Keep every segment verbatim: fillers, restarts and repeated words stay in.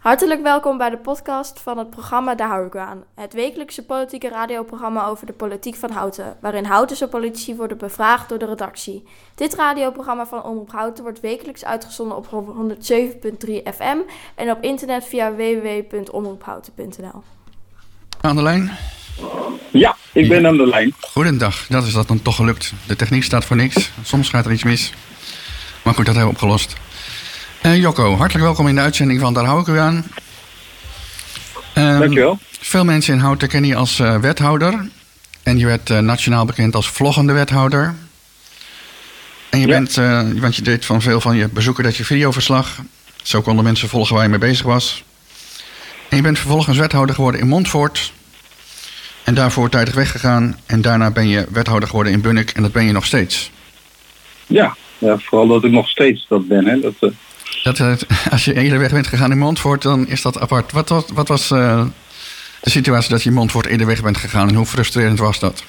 Hartelijk welkom bij de podcast van het programma Daar hou ik aan. Het wekelijkse politieke radioprogramma over de politiek van Houten, waarin Houtense politici worden bevraagd door de redactie. Dit radioprogramma van Omroep Houten wordt wekelijks uitgezonden op honderdzeven punt drie F M en op internet via w w w punt omroephouten punt n l. Aan de lijn? Ja, ik ben aan de lijn. Goedendag, dat is dat dan toch gelukt. De techniek staat voor niks. Soms gaat er iets mis. Maar goed, dat hebben we opgelost. Uh, Jocko, hartelijk welkom in de uitzending van Daar hou ik u aan. Um, Dankjewel. Veel mensen in Houten kennen je als uh, wethouder. En je werd uh, nationaal bekend als vloggende wethouder. En je ja. bent, uh, want je deed van veel van je bezoeken dat je videoverslag. Zo konden mensen volgen waar je mee bezig was. En je bent vervolgens wethouder geworden in Montfoort. En daarvoor tijdig weggegaan. En daarna ben je wethouder geworden in Bunnik. En dat ben je nog steeds. Ja, ja vooral dat ik nog steeds dat ben. Hè. Dat, uh... dat, uh, als je eerder weg bent gegaan in Montfoort, dan is dat apart. Wat, wat, wat was uh, de situatie dat je in Montfoort eerder weg bent gegaan? En hoe frustrerend was dat?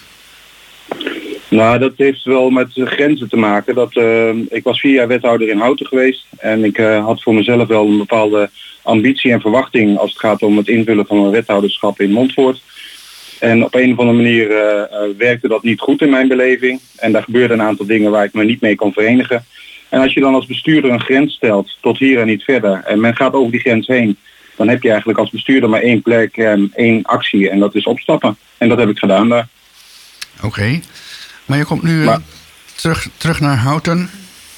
Nou, dat heeft wel met grenzen te maken. Dat, uh, ik was vier jaar wethouder in Houten geweest. En ik uh, had voor mezelf wel een bepaalde ambitie en verwachting als het gaat om het invullen van een wethouderschap in Montfoort. En op een of andere manier uh, uh, werkte dat niet goed in mijn beleving. En daar gebeurden een aantal dingen waar ik me niet mee kon verenigen. En als je dan als bestuurder een grens stelt, tot hier en niet verder, en men gaat over die grens heen, dan heb je eigenlijk als bestuurder maar één plek en één actie. En dat is opstappen. En dat heb ik gedaan daar. Oké. Okay. Maar je komt nu uh, maar, terug, terug naar Houten.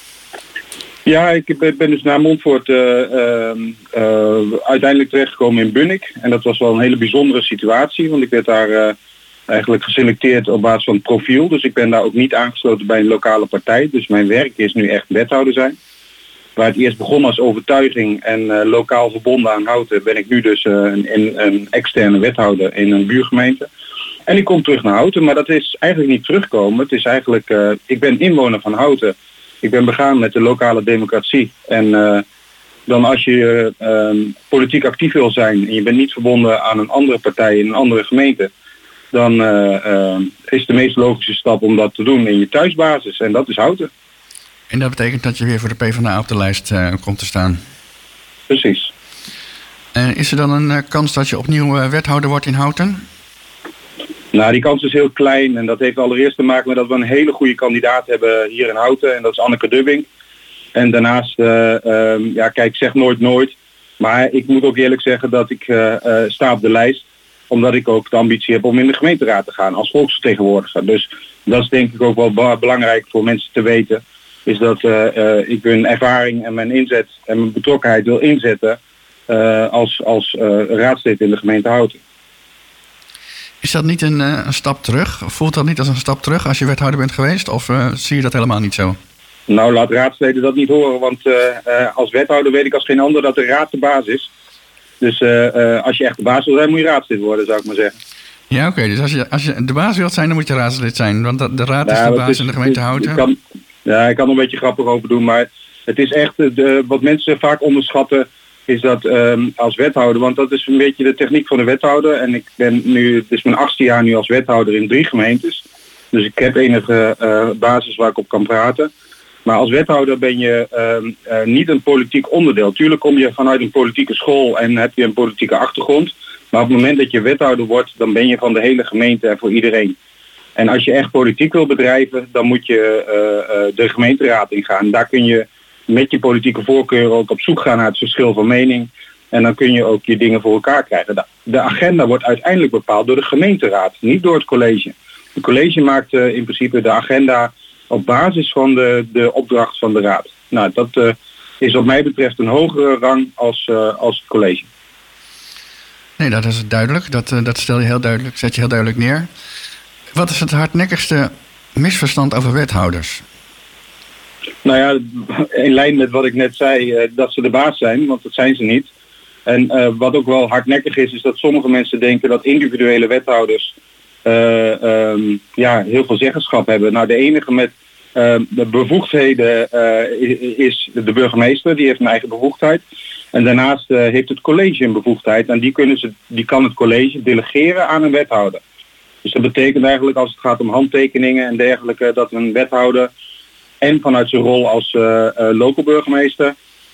Ja, ik ben dus naar Montfoort uh, uh, uh, uiteindelijk terechtgekomen in Bunnik. En dat was wel een hele bijzondere situatie, want ik werd daar uh, eigenlijk geselecteerd op basis van het profiel. Dus ik ben daar ook niet aangesloten bij een lokale partij. Dus mijn werk is nu echt wethouder zijn. Waar het eerst begon als overtuiging en uh, lokaal verbonden aan Houten, ben ik nu dus uh, een, een externe wethouder in een buurgemeente. En ik kom terug naar Houten, maar dat is eigenlijk niet terugkomen. Het is eigenlijk, uh, ik ben inwoner van Houten. Ik ben begaan met de lokale democratie. En uh, dan als je uh, um, politiek actief wil zijn en je bent niet verbonden aan een andere partij in een andere gemeente, dan uh, uh, is de meest logische stap om dat te doen in je thuisbasis. En dat is Houten. En dat betekent dat je weer voor de PvdA op de lijst uh, komt te staan? Precies. Uh, is er dan een uh, kans dat je opnieuw uh, wethouder wordt in Houten? Nou, die kans is heel klein en dat heeft allereerst te maken met dat we een hele goede kandidaat hebben hier in Houten en dat is Anneke Dubbing. En daarnaast, uh, uh, ja kijk, zeg nooit nooit, maar ik moet ook eerlijk zeggen dat ik uh, uh, sta op de lijst, omdat ik ook de ambitie heb om in de gemeenteraad te gaan als volksvertegenwoordiger. Dus dat is denk ik ook wel ba- belangrijk voor mensen te weten, is dat uh, uh, ik mijn ervaring en mijn inzet en mijn betrokkenheid wil inzetten uh, als, als uh, raadslid in de gemeente Houten. Is dat niet een, uh, een stap terug? Voelt dat niet als een stap terug als je wethouder bent geweest? Of uh, zie je dat helemaal niet zo? Nou, laat raadsleden dat niet horen. Want uh, uh, als wethouder weet ik als geen ander dat de raad de baas is. Dus uh, uh, als je echt de baas wil zijn, moet je raadslid worden, zou ik maar zeggen. Ja, oké. Okay. Dus als je, als je de baas wilt zijn, dan moet je raadslid zijn. Want de, de raad is nou, de baas is, in de gemeente Houten. Ik kan, ja, ik kan er een beetje grappig over doen. Maar het is echt, de, wat mensen vaak onderschatten, is dat um, als wethouder, want dat is een beetje de techniek van de wethouder. En ik ben nu, het is mijn achtste jaar nu als wethouder in drie gemeentes. Dus ik heb enige uh, basis waar ik op kan praten. Maar als wethouder ben je uh, uh, niet een politiek onderdeel. Tuurlijk kom je vanuit een politieke school en heb je een politieke achtergrond. Maar op het moment dat je wethouder wordt, dan ben je van de hele gemeente en voor iedereen. En als je echt politiek wil bedrijven, dan moet je uh, uh, de gemeenteraad ingaan. Daar kun je met je politieke voorkeur ook op zoek gaan naar het verschil van mening. En dan kun je ook je dingen voor elkaar krijgen. De agenda wordt uiteindelijk bepaald door de gemeenteraad, niet door het college. Het college maakt uh, in principe de agenda op basis van de, de opdracht van de raad. Nou, dat uh, is wat mij betreft een hogere rang als, uh, als het college. Nee, dat is duidelijk. Dat, uh, dat stel je heel duidelijk, zet je heel duidelijk neer. Wat is het hardnekkigste misverstand over wethouders? Nou ja, in lijn met wat ik net zei, uh, dat ze de baas zijn, want dat zijn ze niet. En uh, wat ook wel hardnekkig is, is dat sommige mensen denken dat individuele wethouders uh, um, ja, heel veel zeggenschap hebben. Nou, de enige met uh, de bevoegdheden uh, is de burgemeester, die heeft een eigen bevoegdheid. En daarnaast uh, heeft het college een bevoegdheid en die, kunnen ze, die kan het college delegeren aan een wethouder. Dus dat betekent eigenlijk als het gaat om handtekeningen en dergelijke, dat een wethouder en vanuit zijn rol als uh, uh, local burgemeester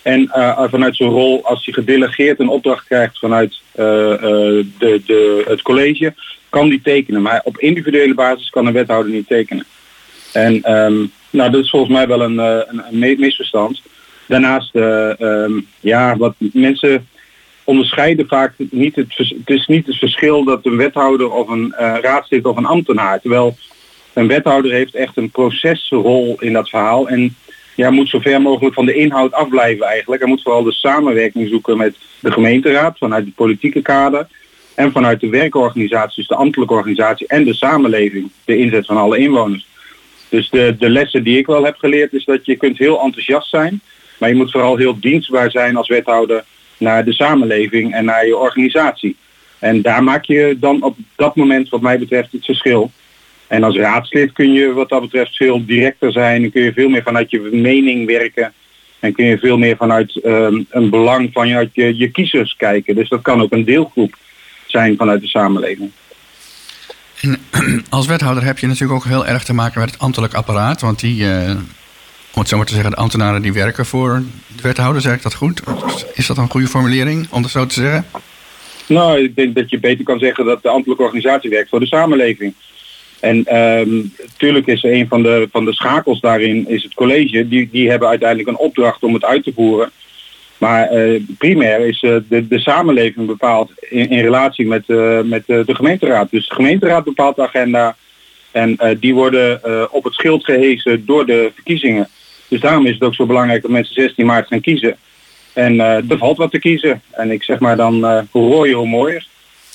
En uh, vanuit zijn rol, als hij gedelegeerd een opdracht krijgt vanuit uh, uh, de, de, het college, kan die tekenen. Maar op individuele basis kan een wethouder niet tekenen. En um, nou, dat is volgens mij wel een, een, een misverstand. Daarnaast, uh, um, ja, wat mensen onderscheiden vaak niet het, het is niet het verschil dat een wethouder of een uh, raadslid of een ambtenaar. Terwijl een wethouder heeft echt een procesrol in dat verhaal. En ja, moet zo ver mogelijk van de inhoud afblijven eigenlijk. Hij moet vooral de samenwerking zoeken met de gemeenteraad vanuit het politieke kader. En vanuit de werkorganisatie, dus de ambtelijke organisatie en de samenleving. De inzet van alle inwoners. Dus de, de lessen die ik wel heb geleerd is dat je kunt heel enthousiast zijn. Maar je moet vooral heel dienstbaar zijn als wethouder naar de samenleving en naar je organisatie. En daar maak je dan op dat moment wat mij betreft het verschil. En als raadslid kun je wat dat betreft veel directer zijn. En kun je veel meer vanuit je mening werken. En kun je veel meer vanuit um, een belang van je, je, je kiezers kijken. Dus dat kan ook een deelgroep zijn vanuit de samenleving. En als wethouder heb je natuurlijk ook heel erg te maken met het ambtelijk apparaat. Want die, uh, om het zo maar te zeggen, de ambtenaren die werken voor de wethouder, zeg ik dat goed? Is dat een goede formulering om dat zo te zeggen? Nou, ik denk dat je beter kan zeggen dat de ambtelijke organisatie werkt voor de samenleving. En um, natuurlijk is er een van de, van de schakels daarin is het college. Die, die hebben uiteindelijk een opdracht om het uit te voeren. Maar uh, primair is uh, de, de samenleving bepaald in, in relatie met, uh, met uh, de gemeenteraad. Dus de gemeenteraad bepaalt de agenda. En uh, die worden uh, op het schild gehesen door de verkiezingen. Dus daarom is het ook zo belangrijk dat mensen zestien maart gaan kiezen. En uh, er valt wat te kiezen. En ik zeg maar dan, uh, hoe rooier, hoe mooier.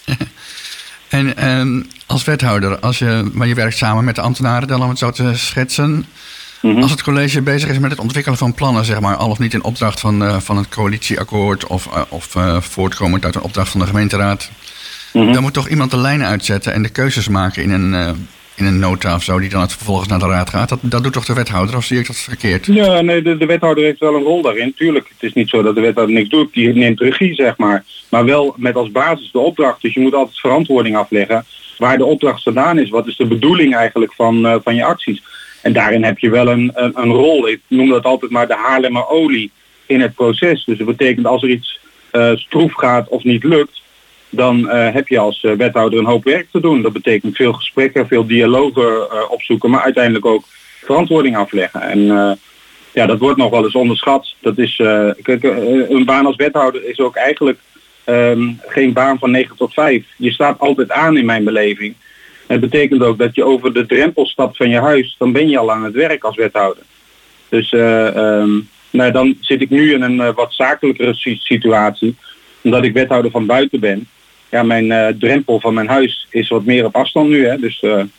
En um, als wethouder, als je, maar je werkt samen met de ambtenaren, dan om het zo te schetsen. Mm-hmm. Als het college bezig is met het ontwikkelen van plannen, zeg maar, al of niet in opdracht van, uh, van het coalitieakkoord of, uh, of uh, voortkomend uit een opdracht van de gemeenteraad. Mm-hmm. Dan moet toch iemand de lijnen uitzetten en de keuzes maken in een, uh, in een nota of zo, die dan het vervolgens naar de raad gaat. Dat, dat doet toch de wethouder, of zie ik dat verkeerd? Ja, nee, de, de wethouder heeft wel een rol daarin. Tuurlijk, het is niet zo dat de wethouder niks doet, die neemt regie, zeg maar. Maar wel met als basis de opdracht. Dus je moet altijd verantwoording afleggen waar de opdracht vandaan is. Wat is de bedoeling eigenlijk van, uh, van je acties? En daarin heb je wel een, een, een rol. Ik noem dat altijd maar de Haarlemmer olie in het proces. Dus dat betekent als er iets uh, stroef gaat of niet lukt, dan uh, heb je als uh, wethouder een hoop werk te doen. Dat betekent veel gesprekken, veel dialogen uh, opzoeken, maar uiteindelijk ook verantwoording afleggen. En uh, ja, dat wordt nog wel eens onderschat. Dat is, uh, kijk, uh, een baan als wethouder is ook eigenlijk um, geen baan van negen tot vijf. Je staat altijd aan in mijn beleving. Het betekent ook dat je over de drempel stapt van je huis, dan ben je al aan het werk als wethouder. Dus uh, um, nou, dan zit ik nu in een uh, wat zakelijkere situatie, omdat ik wethouder van buiten ben. Ja, mijn uh, drempel van mijn huis is wat meer op afstand nu, hè. Dus, uh...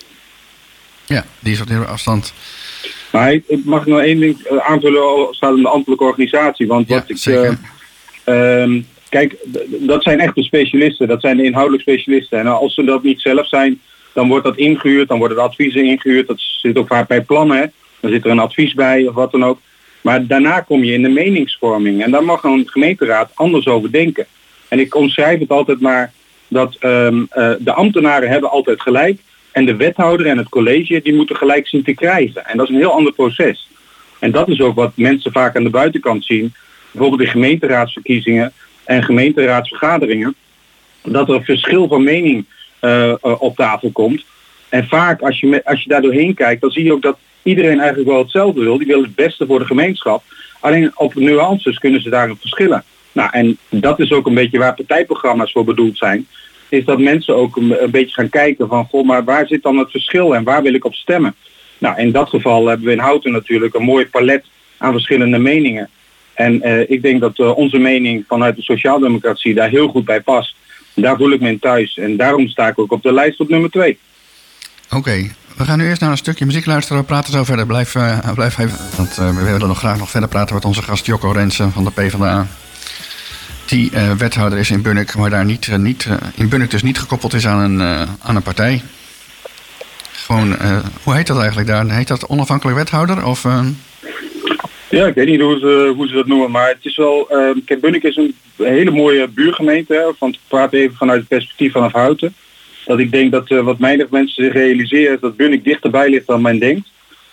ja, die is wat meer op afstand. Maar ik, ik mag nog één ding uh, aanvullen, staat in de ambtelijke organisatie. Want wat ja, ik... zeker. Uh, um, Kijk, dat zijn echt de specialisten, dat zijn de inhoudelijke specialisten. En als ze dat niet zelf zijn, dan wordt dat ingehuurd, dan worden de adviezen ingehuurd. Dat zit ook vaak bij plannen, hè. Dan zit er een advies bij of wat dan ook. Maar daarna kom je in de meningsvorming. En daar mag een gemeenteraad anders over denken. En ik omschrijf het altijd maar dat um, uh, de ambtenaren hebben altijd gelijk. En de wethouder en het college, die moeten gelijk zien te krijgen. En dat is een heel ander proces. En dat is ook wat mensen vaak aan de buitenkant zien. Bijvoorbeeld de gemeenteraadsverkiezingen en gemeenteraadsvergaderingen, dat er een verschil van mening uh, uh, op tafel komt. En vaak als je, me, als je daar doorheen kijkt, dan zie je ook dat iedereen eigenlijk wel hetzelfde wil. Die wil het beste voor de gemeenschap. Alleen op nuances kunnen ze daarin verschillen. Nou, en dat is ook een beetje waar partijprogramma's voor bedoeld zijn. Is dat mensen ook een, een beetje gaan kijken van, goh, maar waar zit dan het verschil en waar wil ik op stemmen? Nou, in dat geval hebben we in Houten natuurlijk een mooi palet aan verschillende meningen. En uh, ik denk dat uh, onze mening vanuit de sociaaldemocratie daar heel goed bij past. Daar voel ik me in thuis. En daarom sta ik ook op de lijst op nummer twee. Oké, okay. We gaan nu eerst naar een stukje muziek luisteren. We praten zo verder. Blijf, uh, blijf even. Want uh, we willen nog graag nog verder praten met onze gast Jocko Rensen van de PvdA. Die uh, wethouder is in Bunnik, maar daar niet, uh, niet uh, in Bunnik dus niet gekoppeld is aan een, uh, aan een partij. Gewoon, uh, hoe heet dat eigenlijk daar? Heet dat onafhankelijk wethouder? Of... Uh... Ja, ik weet niet hoe ze, hoe ze dat noemen, maar het is wel... Uh, kijk, Bunnik is een hele mooie buurgemeente, hè, want ik praat even vanuit het perspectief vanaf Houten. Dat ik denk dat uh, wat weinig mensen zich realiseren is dat Bunnik dichterbij ligt dan men denkt.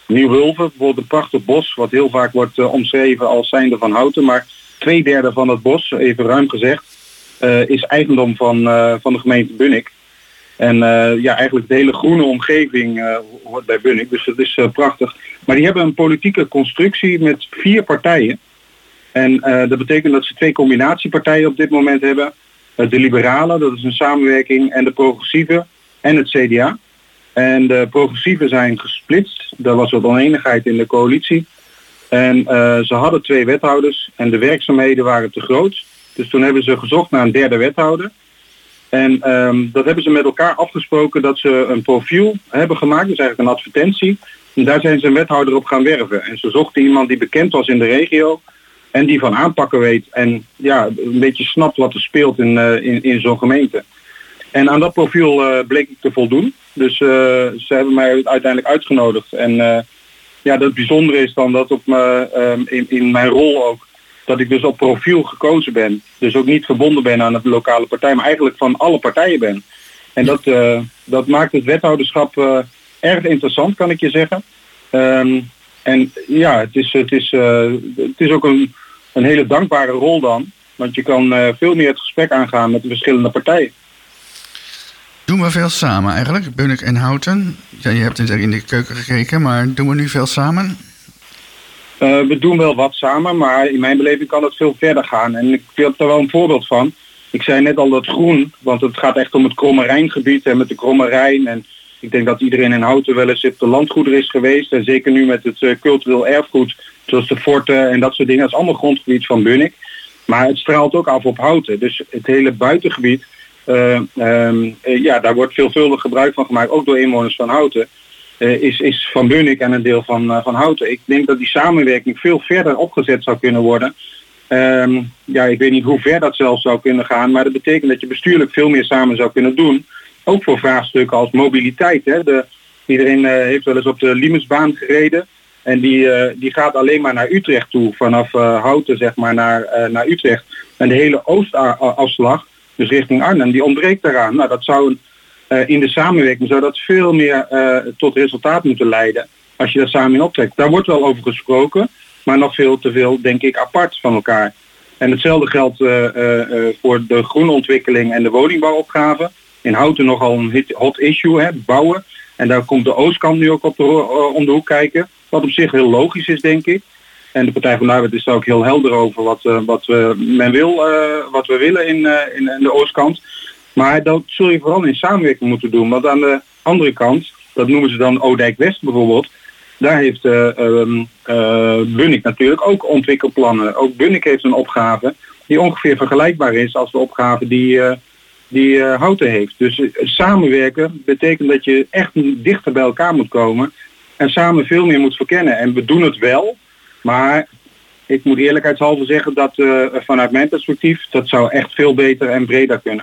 Nieuw-Wulven, bijvoorbeeld een prachtig bos, wat heel vaak wordt uh, omschreven als zijnde van Houten. Maar twee derde van het bos, even ruim gezegd, uh, is eigendom van, uh, van de gemeente Bunnik. En uh, ja, eigenlijk de hele groene omgeving uh, hoort bij Bunnik, dus dat is uh, prachtig. Maar die hebben een politieke constructie met vier partijen. En uh, dat betekent dat ze twee combinatiepartijen op dit moment hebben. Uh, de Liberalen, dat is een samenwerking, en de Progressieven en het C D A. En de Progressieven zijn gesplitst. Er was wat oneenigheid in de coalitie. En uh, ze hadden twee wethouders en de werkzaamheden waren te groot. Dus toen hebben ze gezocht naar een derde wethouder. En um, dat hebben ze met elkaar afgesproken dat ze een profiel hebben gemaakt. Dus eigenlijk een advertentie. En daar zijn ze een wethouder op gaan werven. En ze zochten iemand die bekend was in de regio. En die van aanpakken weet. En ja, een beetje snapt wat er speelt in, uh, in, in zo'n gemeente. En aan dat profiel uh, bleek ik te voldoen. Dus uh, ze hebben mij uiteindelijk uitgenodigd. En uh, ja, dat bijzondere is dan dat op me, uh, in, in mijn rol ook, dat ik dus op profiel gekozen ben. Dus ook niet verbonden ben aan de lokale partij, maar eigenlijk van alle partijen ben. En dat, uh, dat maakt het wethouderschap uh, erg interessant, kan ik je zeggen. Um, en ja, het is, het is, uh, het is ook een, een hele dankbare rol dan. Want je kan uh, veel meer het gesprek aangaan met de verschillende partijen. Doen we veel samen eigenlijk, Bunnik en Houten? Ja, je hebt in de keuken gekeken, maar doen we nu veel samen? Uh, we doen wel wat samen, maar in mijn beleving kan het veel verder gaan. En ik heb er wel een voorbeeld van. Ik zei net al dat groen, want het gaat echt om het Kromme Rijngebied en met de Kromme Rijn. En ik denk dat iedereen in Houten wel eens op de landgoeder is geweest. En zeker nu met het uh, cultureel erfgoed, zoals de forten en dat soort dingen. Dat is allemaal grondgebied van Bunnik. Maar het straalt ook af op Houten. Dus het hele buitengebied, uh, um, uh, ja, daar wordt veelvuldig gebruik van gemaakt, ook door inwoners van Houten. Uh, is, is van Bunnik en een deel van, uh, van Houten. Ik denk dat die samenwerking veel verder opgezet zou kunnen worden. Um, ja, ik weet niet hoe ver dat zelfs zou kunnen gaan, maar dat betekent dat je bestuurlijk veel meer samen zou kunnen doen. Ook voor vraagstukken als mobiliteit. Hè. De, iedereen uh, heeft wel eens op de Limesbaan gereden en die, uh, die gaat alleen maar naar Utrecht toe, vanaf uh, Houten zeg maar naar, uh, naar Utrecht. En de hele oostafslag, dus richting Arnhem, die ontbreekt daaraan. Nou, dat zou een Uh, in de samenwerking zou dat veel meer uh, tot resultaat moeten leiden als je dat samen in optrekt. Daar wordt wel over gesproken, maar nog veel te veel, denk ik, apart van elkaar. En hetzelfde geldt uh, uh, uh, voor de groenontwikkeling en de woningbouwopgave. In Houten nogal een hot issue, hè, bouwen. En daar komt de Oostkant nu ook op de, uh, om de hoek kijken. Wat op zich heel logisch is, denk ik. En de Partij van de Arbeid is daar ook heel helder over wat, uh, wat, uh, men wil, uh, wat we willen in, uh, in, in de Oostkant. Maar dat zul je vooral in samenwerking moeten doen. Want aan de andere kant, dat noemen ze dan Oudijk West bijvoorbeeld, daar heeft uh, um, uh, Bunnik natuurlijk ook ontwikkelplannen. Ook Bunnik heeft een opgave die ongeveer vergelijkbaar is als de opgave die, uh, die uh, Houten heeft. Dus uh, samenwerken betekent dat je echt dichter bij elkaar moet komen en samen veel meer moet verkennen. En we doen het wel, maar ik moet eerlijkheidshalve zeggen dat uh, vanuit mijn perspectief, dat zou echt veel beter en breder kunnen.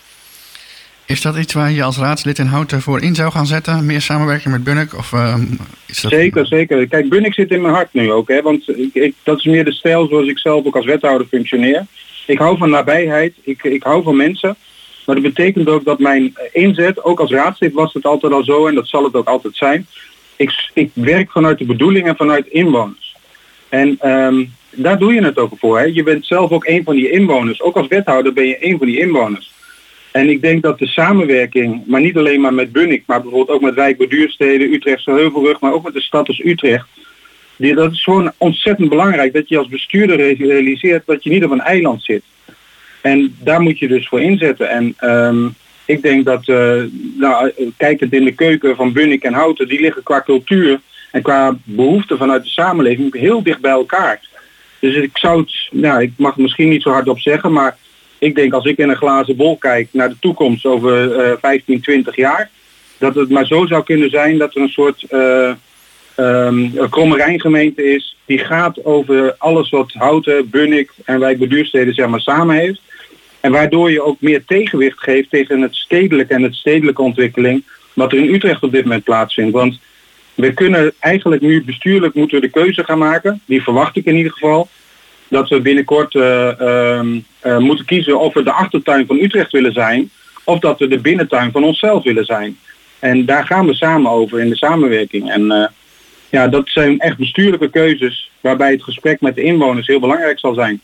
Is dat iets waar je als raadslid in Houten voor in zou gaan zetten? Meer samenwerking met Bunnik? Of, uh, is dat... Zeker, zeker. Kijk, Bunnik zit in mijn hart nu ook. Hè, want ik, ik, dat is meer de stijl zoals ik zelf ook als wethouder functioneer. Ik hou van nabijheid. Ik, ik hou van mensen. Maar dat betekent ook dat mijn inzet, ook als raadslid was het altijd al zo en dat zal het ook altijd zijn. Ik, ik werk vanuit de bedoeling en vanuit inwoners. En um, daar doe je het ook voor. Hè. Je bent zelf ook een van die inwoners. Ook als wethouder ben je een van die inwoners. En ik denk dat de samenwerking, maar niet alleen maar met Bunnik, maar bijvoorbeeld ook met Wijk bij Duurstede, Utrechtse Heuvelrug, maar ook met de stad als Utrecht. Die, dat is gewoon ontzettend belangrijk dat je als bestuurder realiseert dat je niet op een eiland zit. En daar moet je dus voor inzetten. En um, ik denk dat, uh, nou, kijkend in de keuken van Bunnik en Houten, die liggen qua cultuur en qua behoeften vanuit de samenleving heel dicht bij elkaar. Dus ik zou het, nou, ik mag het misschien niet zo hard op zeggen, maar ik denk als ik in een glazen bol kijk naar de toekomst over uh, vijftien, twintig jaar, dat het maar zo zou kunnen zijn dat er een soort uh, um, Kromme Rijngemeente is die gaat over alles wat Houten, Bunnik en Wijk bij Duurstede zeg maar samen heeft. En waardoor je ook meer tegenwicht geeft tegen het stedelijke en het stedelijke ontwikkeling wat er in Utrecht op dit moment plaatsvindt. Want we kunnen eigenlijk nu bestuurlijk moeten we de keuze gaan maken, die verwacht ik in ieder geval, dat we binnenkort uh, uh, uh, moeten kiezen of we de achtertuin van Utrecht willen zijn of dat we de binnentuin van onszelf willen zijn. En daar gaan we samen over in de samenwerking. En uh, ja, dat zijn echt bestuurlijke keuzes waarbij het gesprek met de inwoners heel belangrijk zal zijn.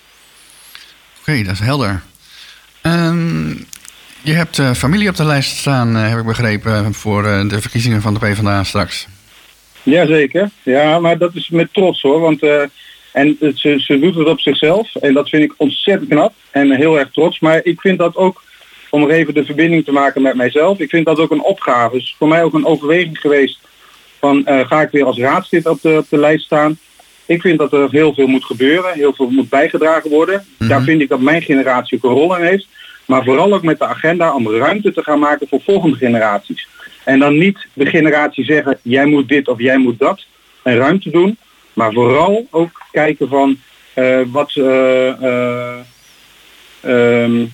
Oké, okay, dat is helder. Um, je hebt uh, familie op de lijst staan, uh, heb ik begrepen, voor uh, de verkiezingen van de PvdA straks. Jazeker, ja, maar dat is met trots hoor, want uh, en ze, ze doet het op zichzelf en dat vind ik ontzettend knap en heel erg trots. Maar ik vind dat ook, om er even de verbinding te maken met mijzelf, ik vind dat ook een opgave. Het is voor mij ook een overweging geweest van uh, ga ik weer als raadslid op de, op de lijst staan. Ik vind dat er heel veel moet gebeuren, heel veel moet bijgedragen worden. Mm-hmm. Daar vind ik dat mijn generatie ook een rol in heeft. Maar vooral ook met de agenda om ruimte te gaan maken voor volgende generaties. En dan niet de generatie zeggen, jij moet dit of jij moet dat. En ruimte doen. Maar vooral ook kijken van uh, wat... Uh, uh, um...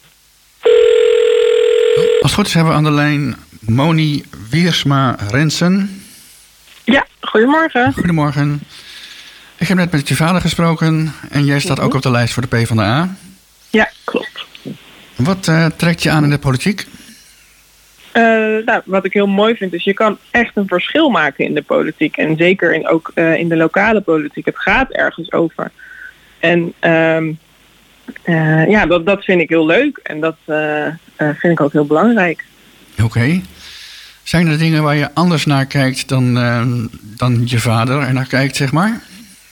Als het goed is hebben we aan de lijn Moni Wiersma-Rensen. Ja, goedemorgen. Goedemorgen. Ik heb net met je vader gesproken en jij staat ook op de lijst voor de PvdA. Ja, klopt. Wat uh, trekt je aan in de politiek? Uh, nou, wat ik heel mooi vind is, je kan echt een verschil maken in de politiek. En zeker in, ook uh, in de lokale politiek. Het gaat ergens over. En uh, uh, ja, dat, dat vind ik heel leuk. En dat uh, uh, vind ik ook heel belangrijk. Oké. Okay. Zijn er dingen waar je anders naar kijkt dan, uh, dan je vader er naar kijkt, zeg maar?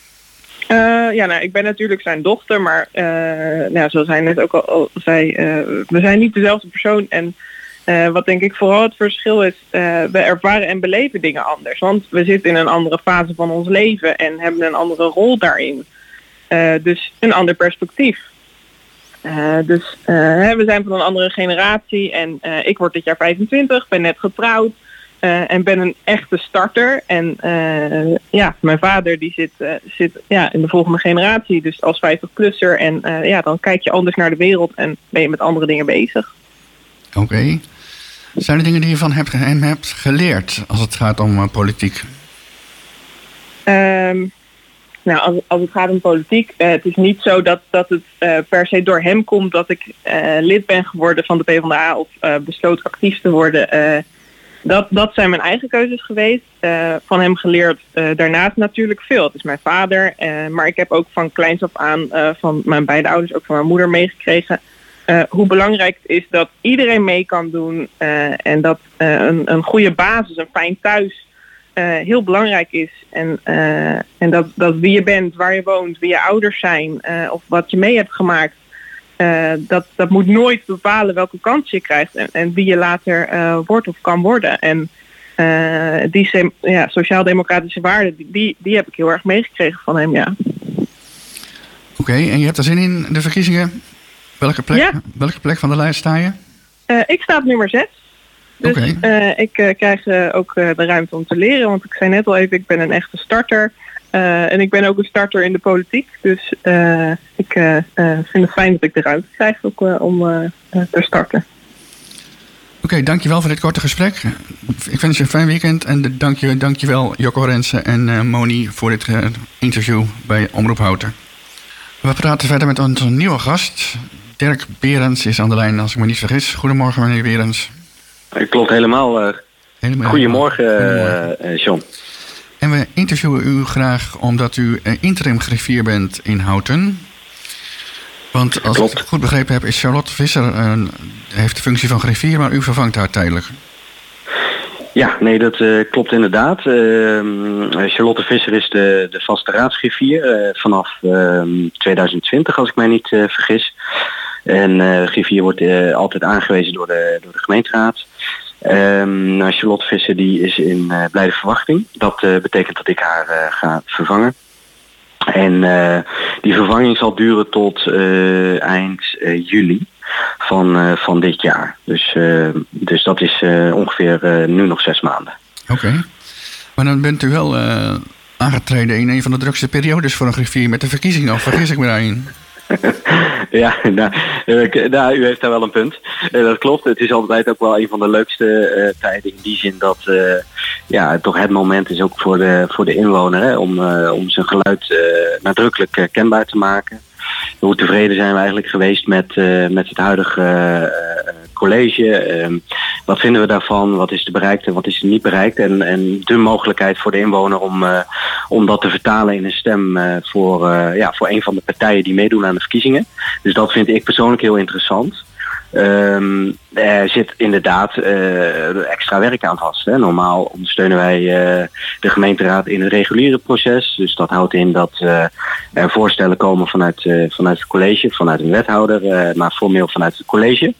Uh, ja, nou, ik ben natuurlijk zijn dochter, maar uh, nou, zoals hij net ook al, al zei, uh, we zijn niet dezelfde persoon. En uh, wat denk ik vooral het verschil is, uh, we ervaren en beleven dingen anders. Want we zitten in een andere fase van ons leven en hebben een andere rol daarin. Uh, dus een ander perspectief. Uh, dus uh, we zijn van een andere generatie en uh, ik word dit jaar vijfentwintig, ben net getrouwd. Uh, en ben een echte starter. En uh, ja, mijn vader die zit, uh, zit ja, in de volgende generatie. Dus als vijftig-plusser. En uh, ja, dan kijk je anders naar de wereld en ben je met andere dingen bezig. Oké. Okay. Zijn er dingen die je van hebt, hem hebt geleerd als het gaat om uh, politiek? Um, nou, als, als het gaat om politiek. Uh, het is niet zo dat, dat het uh, per se door hem komt dat ik uh, lid ben geworden van de PvdA. Of uh, besloot actief te worden. Uh, Dat, dat zijn mijn eigen keuzes geweest. Uh, van hem geleerd uh, daarnaast natuurlijk veel. Het is mijn vader. Uh, maar ik heb ook van kleins af aan uh, van mijn beide ouders, ook van mijn moeder meegekregen. Uh, hoe belangrijk het is dat iedereen mee kan doen. Uh, en dat uh, een, een goede basis, een fijn thuis uh, heel belangrijk is. En, uh, en dat, dat wie je bent, waar je woont, wie je ouders zijn. Uh, of wat je mee hebt gemaakt. Uh, dat, dat moet nooit bepalen welke kans je krijgt en, en wie je later uh, wordt of kan worden. En uh, die sem- ja, sociaal-democratische waarden, die, die, die heb ik heel erg meegekregen van hem, ja. Oké, okay, en je hebt er zin in de verkiezingen? Welke plek, ja. welke plek van de lijst sta je? Uh, ik sta op nummer zes. Dus okay. uh, ik uh, krijg uh, ook uh, de ruimte om te leren, want ik zei net al even, ik ben een echte starter. Uh, en ik ben ook een starter in de politiek. Dus uh, ik uh, uh, vind het fijn dat ik de ruimte krijg ook, uh, om uh, uh, te starten. Oké, okay, dankjewel voor dit korte gesprek. Ik wens je een fijn weekend. En dank je, dankjewel Jocko Rensen en uh, Moni voor dit uh, interview bij Omroep Houten. We praten verder met onze nieuwe gast. Dirk Berends is aan de lijn, als ik me niet vergis. Goedemorgen, meneer Berends. Klopt helemaal. Uh, helemaal goedemorgen, goedemorgen. Uh, John. En we interviewen u graag omdat u interim griffier bent in Houten. Want als Klopt. ik het goed begrepen heb, is Charlotte Visser uh, heeft de functie van griffier, maar u vervangt haar tijdelijk. Ja, nee, dat uh, klopt inderdaad. Uh, Charlotte Visser is de, de vaste raadsgriffier uh, vanaf uh, tweeduizend twintig, als ik mij niet uh, vergis. En uh, griffier wordt uh, altijd aangewezen door de, door de gemeenteraad. Um, nou, Charlotte Visser die is in uh, blijde verwachting. Dat uh, betekent dat ik haar uh, ga vervangen. En uh, die vervanging zal duren tot uh, eind uh, juli van, uh, van dit jaar. Dus, uh, dus dat is uh, ongeveer uh, nu nog zes maanden. Oké. Okay. Maar dan bent u wel uh, aangetreden in een van de drukste periodes voor een griffier met de verkiezingen. Of vergis ik me daarin? Ja, nou, uh, nou, u heeft daar wel een punt. Uh, dat klopt. Het is altijd ook wel een van de leukste uh, tijden in die zin dat uh, ja, toch het moment is ook voor de, voor de inwoner hè, om, uh, om zijn geluid uh, nadrukkelijk uh, kenbaar te maken. Hoe tevreden zijn we eigenlijk geweest met, uh, met het huidige uh, college. Uh, wat vinden we daarvan? Wat is er bereikt en wat is er niet bereikt? En, en de mogelijkheid voor de inwoner om, uh, om dat te vertalen in een stem uh, voor, uh, ja, voor een van de partijen die meedoen aan de verkiezingen. Dus dat vind ik persoonlijk heel interessant. Um, er zit inderdaad uh, extra werk aan vast. Hè. Normaal ondersteunen wij uh, de gemeenteraad in het reguliere proces. Dus dat houdt in dat uh, er voorstellen komen vanuit, uh, vanuit het college, vanuit een wethouder, uh, maar formeel vanuit het college.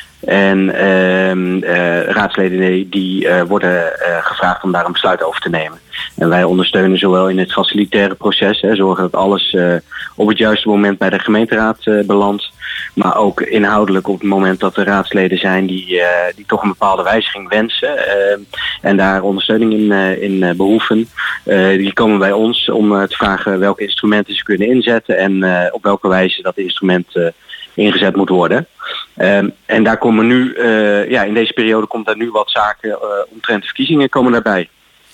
En uh, uh, raadsleden die uh, worden uh, gevraagd om daar een besluit over te nemen. En wij ondersteunen zowel in het facilitaire proces, hè, zorgen dat alles uh, op het juiste moment bij de gemeenteraad uh, belandt. Maar ook inhoudelijk op het moment dat er raadsleden zijn die, uh, die toch een bepaalde wijziging wensen. Uh, en daar ondersteuning in, uh, in uh, behoeven. Uh, die komen bij ons om uh, te vragen welke instrumenten ze kunnen inzetten. En uh, op welke wijze dat instrument uh, ingezet moet worden. Um, en daar komen nu, uh, ja, in deze periode komt daar nu wat zaken uh, omtrent de verkiezingen komen daarbij.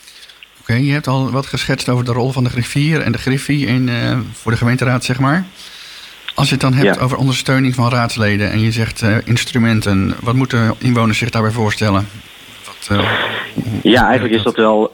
Oké, okay, je hebt al wat geschetst over de rol van de griffier en de griffie in, uh, voor de gemeenteraad, zeg maar. Als je het dan hebt ja. over ondersteuning van raadsleden en je zegt uh, instrumenten, wat moeten inwoners zich daarbij voorstellen? Wat, uh, ja, eigenlijk is dat wel...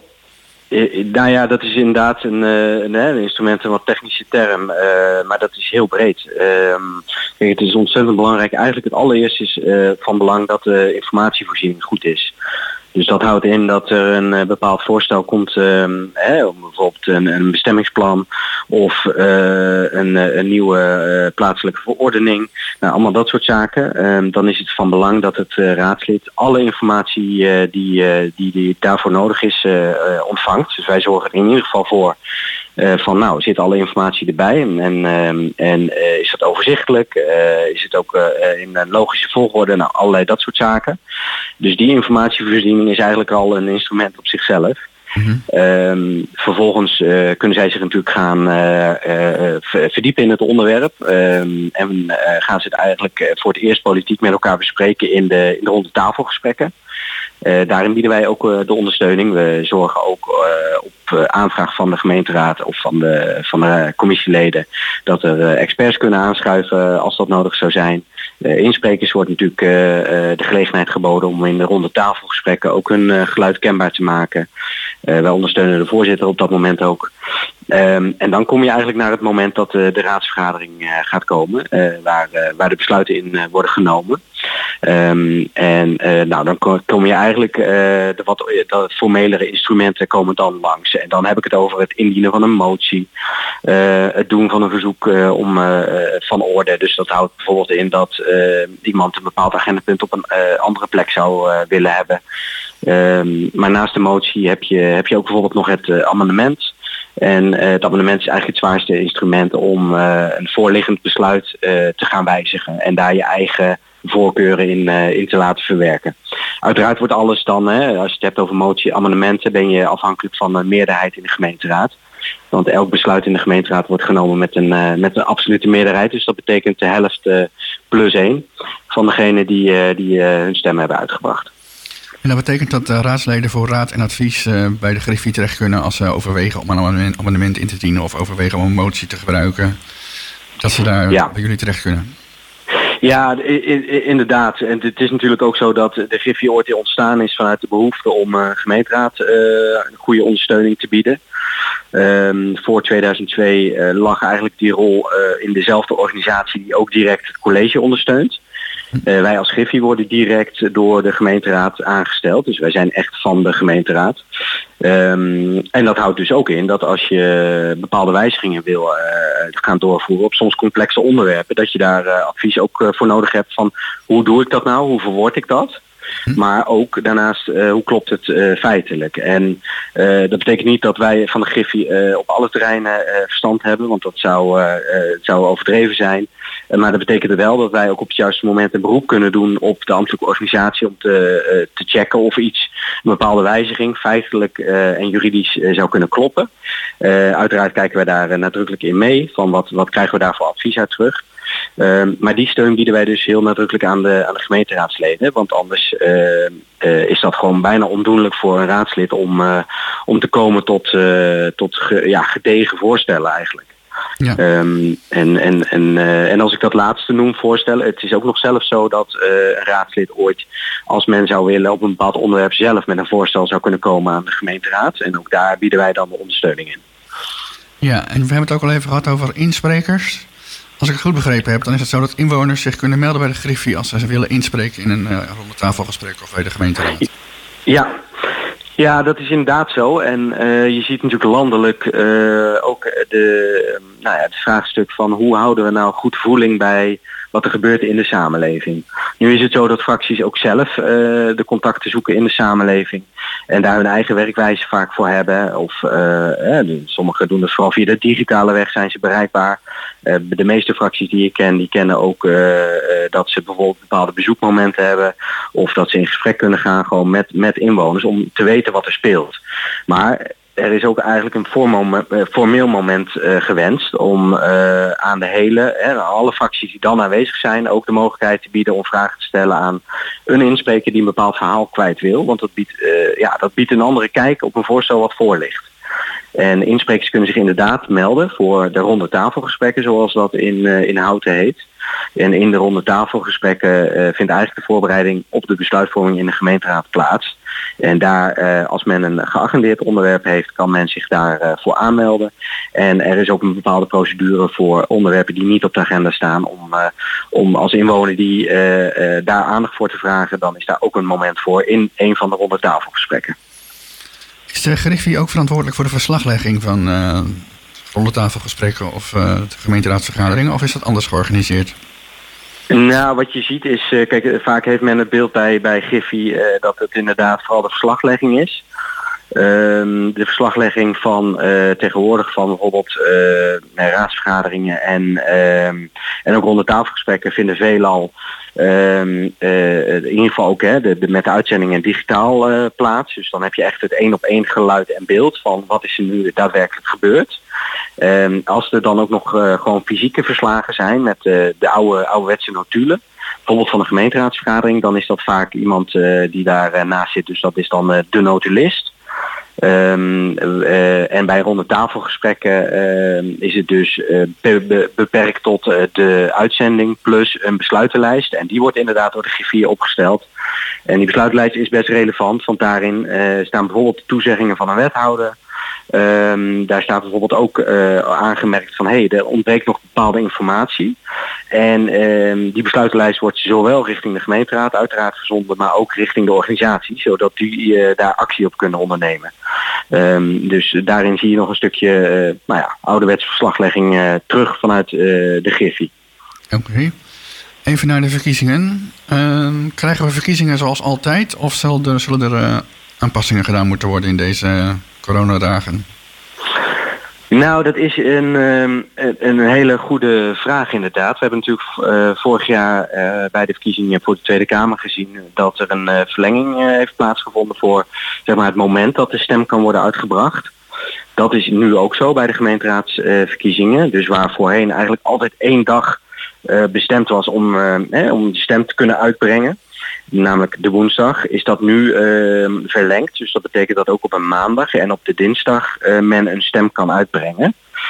Uh, nou ja, dat is inderdaad een, uh, een, een instrument, een wat technische term, uh, maar dat is heel breed. Uh, kijk, het is ontzettend belangrijk. Eigenlijk het allereerste is uh, van belang dat de informatievoorziening goed is. Dus dat houdt in dat er een uh, bepaald voorstel komt, uh, hè, om bijvoorbeeld een, een bestemmingsplan of uh, een, een nieuwe uh, plaatselijke verordening. Nou, allemaal dat soort zaken. Uh, dan is het van belang dat het uh, raadslid alle informatie uh, die, uh, die, die daarvoor nodig is uh, uh, ontvangt. Dus wij zorgen er in ieder geval voor uh, van nou, zit alle informatie erbij en, en, uh, en uh, is dat overzichtelijk? Uh, is het ook uh, in een logische volgorde? Nou, allerlei dat soort zaken. Dus die informatievoorziening is eigenlijk al een instrument op zichzelf. Mm-hmm. Um, vervolgens uh, kunnen zij zich natuurlijk gaan uh, uh, verdiepen in het onderwerp. Um, en uh, gaan ze het eigenlijk voor het eerst politiek met elkaar bespreken in de, in de ronde tafelgesprekken. Uh, daarin bieden wij ook uh, de ondersteuning. We zorgen ook uh, op uh, aanvraag van de gemeenteraad of van de, van de commissieleden dat er uh, experts kunnen aanschuiven als dat nodig zou zijn. Uh, insprekers wordt natuurlijk uh, uh, de gelegenheid geboden om in de ronde tafelgesprekken ook hun uh, geluid kenbaar te maken. Uh, wij ondersteunen de voorzitter op dat moment ook. Um, en dan kom je eigenlijk naar het moment dat uh, de raadsvergadering uh, gaat komen, uh, waar, uh, waar de besluiten in uh, worden genomen. Um, en uh, nou, dan kom, kom je eigenlijk, uh, de wat de formelere instrumenten komen dan langs. En dan heb ik het over het indienen van een motie, uh, het doen van een verzoek uh, om uh, van orde. Dus dat houdt bijvoorbeeld in dat uh, iemand een bepaald agendapunt op een uh, andere plek zou uh, willen hebben. Um, maar naast de motie heb je, heb je ook bijvoorbeeld nog het uh, amendement. En uh, het amendement is eigenlijk het zwaarste instrument om uh, een voorliggend besluit uh, te gaan wijzigen. En daar je eigen voorkeuren in, uh, in te laten verwerken. Uiteraard wordt alles dan, hè, als je het hebt over motie, amendementen, ben je afhankelijk van een meerderheid in de gemeenteraad. Want elk besluit in de gemeenteraad wordt genomen met een, uh, met een absolute meerderheid. Dus dat betekent de helft uh, plus één van degenen die, uh, die uh, hun stem hebben uitgebracht. En dat betekent dat uh, raadsleden voor raad en advies uh, bij de griffie terecht kunnen als ze overwegen om een amendement, amendement in te dienen of overwegen om een motie te gebruiken. Dat ze daar ja. bij jullie terecht kunnen. Ja, inderdaad. En het is natuurlijk ook zo dat de griffie ooit ontstaan is vanuit de behoefte om uh, gemeenteraad uh, een goede ondersteuning te bieden. Um, voor tweeduizend twee uh, lag eigenlijk die rol uh, in dezelfde organisatie die ook direct het college ondersteunt. Uh, wij als griffie worden direct door de gemeenteraad aangesteld. Dus wij zijn echt van de gemeenteraad. Um, en dat houdt dus ook in dat als je bepaalde wijzigingen wil uh, gaan doorvoeren op soms complexe onderwerpen, dat je daar uh, advies ook uh, voor nodig hebt van hoe doe ik dat nou, hoe verwoord ik dat? Maar ook daarnaast, uh, hoe klopt het uh, feitelijk? En uh, dat betekent niet dat wij van de griffie uh, op alle terreinen uh, verstand hebben, want dat zou, uh, uh, zou overdreven zijn. Uh, maar dat betekent wel dat wij ook op het juiste moment een beroep kunnen doen op de ambtelijke organisatie om te, uh, te checken of iets, een bepaalde wijziging, feitelijk uh, en juridisch uh, zou kunnen kloppen. Uh, uiteraard kijken wij daar uh, nadrukkelijk in mee, van wat, wat krijgen we daar voor advies uit terug. Uh, maar die steun bieden wij dus heel nadrukkelijk aan de, aan de gemeenteraadsleden. Want anders uh, uh, is dat gewoon bijna ondoenlijk voor een raadslid om, uh, om te komen tot, uh, tot ge, ja, gedegen voorstellen eigenlijk. Ja. Um, en, en, en, uh, en als ik dat laatste noem voorstellen, het is ook nog zelfs zo dat uh, een raadslid ooit, als men zou willen, op een bepaald onderwerp zelf met een voorstel zou kunnen komen aan de gemeenteraad. En ook daar bieden wij dan de ondersteuning in. Ja, en we hebben het ook al even gehad over insprekers. Als ik het goed begrepen heb, dan is het zo dat inwoners zich kunnen melden bij de Griffie als ze willen inspreken in een uh, ronde-tafelgesprek of bij de gemeenteraad. Ja. Ja, dat is inderdaad zo. En uh, je ziet natuurlijk landelijk uh, ook de, nou ja, het vraagstuk van hoe houden we nou goed voeling bij wat er gebeurt in de samenleving. Nu is het zo dat fracties ook zelf uh, de contacten zoeken in de samenleving. En daar hun eigen werkwijze vaak voor hebben. Of uh, eh, sommigen doen het vooral via de digitale weg, zijn ze bereikbaar. Uh, de meeste fracties die ik ken, die kennen ook uh, uh, dat ze bijvoorbeeld bepaalde bezoekmomenten hebben. Of dat ze in gesprek kunnen gaan gewoon met, met inwoners om te weten wat er speelt. Maar er is ook eigenlijk een formeel, formeel moment uh, gewenst om uh, aan de hele, hè, alle fracties die dan aanwezig zijn, ook de mogelijkheid te bieden om vragen te stellen aan een inspreker die een bepaald verhaal kwijt wil. Want dat biedt, uh, ja, dat biedt een andere kijk op een voorstel wat voor ligt. En insprekers kunnen zich inderdaad melden voor de ronde tafelgesprekken, zoals dat in, uh, in Houten heet. En in de ronde tafelgesprekken uh, vindt eigenlijk de voorbereiding op de besluitvorming in de gemeenteraad plaats. En daar, uh, als men een geagendeerd onderwerp heeft, kan men zich daarvoor uh, voor aanmelden. En er is ook een bepaalde procedure voor onderwerpen die niet op de agenda staan. Om, uh, om als inwoner die uh, uh, daar aandacht voor te vragen, dan is daar ook een moment voor in een van de ronde tafelgesprekken. Is de Griffie ook verantwoordelijk voor de verslaglegging van uh, rondetafelgesprekken of uh, de gemeenteraadsvergaderingen? Of is dat anders georganiseerd? Nou, wat je ziet is, uh, kijk, vaak heeft men het beeld bij, bij Griffie uh, dat het inderdaad vooral de verslaglegging is. Um, de verslaglegging van uh, tegenwoordig van bijvoorbeeld uh, raadsvergaderingen en, um, en ook rondetafelgesprekken vinden veelal um, uh, in ieder geval ook hè, de, de, met de uitzendingen digitaal uh, plaats. Dus dan heb je echt het één op één geluid en beeld van wat is er nu daadwerkelijk gebeurd. Um, als er dan ook nog uh, gewoon fysieke verslagen zijn met uh, de oude ouderwetse notulen, bijvoorbeeld van de gemeenteraadsvergadering, dan is dat vaak iemand uh, die daar uh, naast zit. Dus dat is dan uh, de notulist. Um, uh, en bij ronde tafelgesprekken uh, is het dus uh, be- be- beperkt tot uh, de uitzending plus een besluitenlijst. En die wordt inderdaad door de griffier opgesteld. En die besluitenlijst is best relevant, want daarin uh, staan bijvoorbeeld de toezeggingen van een wethouder. Um, daar staat bijvoorbeeld ook uh, aangemerkt van hé, hey, er ontbreekt nog bepaalde informatie. En um, die besluitenlijst wordt zowel richting de gemeenteraad uiteraard verzonden, maar ook richting de organisatie, zodat die uh, daar actie op kunnen ondernemen. Um, dus daarin zie je nog een stukje uh, nou ja, ouderwetse verslaglegging uh, terug vanuit uh, de Griffie. Oké. Okay. Even naar de verkiezingen. Uh, krijgen we verkiezingen zoals altijd of zullen er, zullen er uh, aanpassingen gedaan moeten worden in deze uh, coronadagen? Nou, dat is een, um, een hele goede vraag inderdaad. We hebben natuurlijk uh, vorig jaar uh, bij de verkiezingen voor de Tweede Kamer gezien dat er een uh, verlenging uh, heeft plaatsgevonden voor zeg maar, het moment dat de stem kan worden uitgebracht. Dat is nu ook zo bij de gemeenteraadsverkiezingen. Uh, dus waar voorheen eigenlijk altijd één dag uh, bestemd was om, uh, eh, om de stem te kunnen uitbrengen, namelijk de woensdag, is dat nu uh, verlengd. Dus dat betekent dat ook op een maandag en op de dinsdag uh, men een stem kan uitbrengen.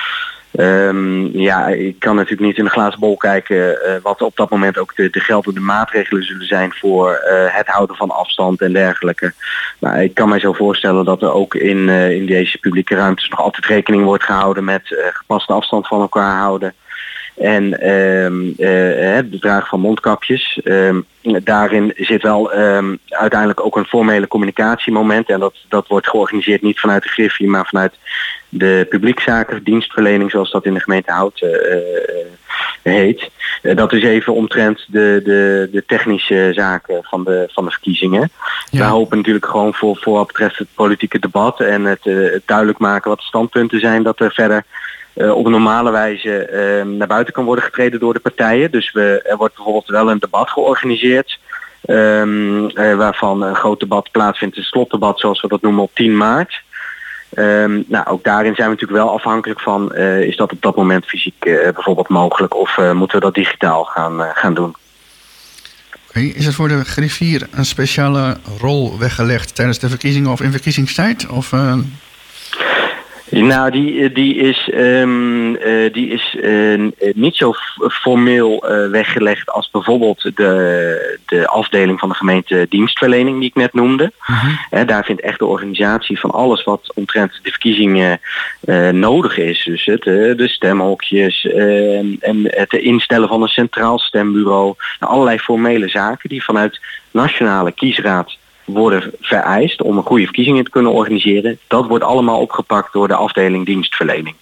Um, ja, ik kan natuurlijk niet in de glazen bol kijken uh, wat op dat moment ook de, de geldende maatregelen zullen zijn voor uh, het houden van afstand en dergelijke. Maar ik kan mij zo voorstellen dat er ook in, uh, in deze publieke ruimtes nog altijd rekening wordt gehouden met uh, gepaste afstand van elkaar houden. En um, uh, het bedragen van mondkapjes. Um, daarin zit wel um, uiteindelijk ook een formele communicatiemoment. En dat, dat wordt georganiseerd niet vanuit de Griffie, maar vanuit de publiekzaken, dienstverlening, zoals dat in de gemeente Houten uh, heet. Uh, dat is even omtrent de, de, de technische zaken van de, van de verkiezingen. Ja. We hopen natuurlijk gewoon voor, voor wat betreft het politieke debat en het, uh, het duidelijk maken wat de standpunten zijn, dat er verder Uh, op een normale wijze uh, naar buiten kan worden getreden door de partijen. Dus we, er wordt bijvoorbeeld wel een debat georganiseerd, um, uh, waarvan een groot debat plaatsvindt, een slotdebat zoals we dat noemen op tien maart. Um, nou, ook daarin zijn we natuurlijk wel afhankelijk van, uh, is dat op dat moment fysiek uh, bijvoorbeeld mogelijk of uh, moeten we dat digitaal gaan, uh, gaan doen. Okay. Is er voor de griffier een speciale rol weggelegd tijdens de verkiezingen of in verkiezingstijd? Of... Uh... Nou, die, die is, um, uh, die is uh, niet zo f- formeel uh, weggelegd als bijvoorbeeld de, de afdeling van de gemeente dienstverlening die ik net noemde. Mm-hmm. Uh, daar vindt echt de organisatie van alles wat omtrent de verkiezingen uh, nodig is. Dus het, uh, de stemhokjes uh, en het instellen van een centraal stembureau. Nou, allerlei formele zaken die vanuit nationale kiesraad worden vereist om een goede verkiezingen te kunnen organiseren. Dat wordt allemaal opgepakt door de afdeling dienstverlening.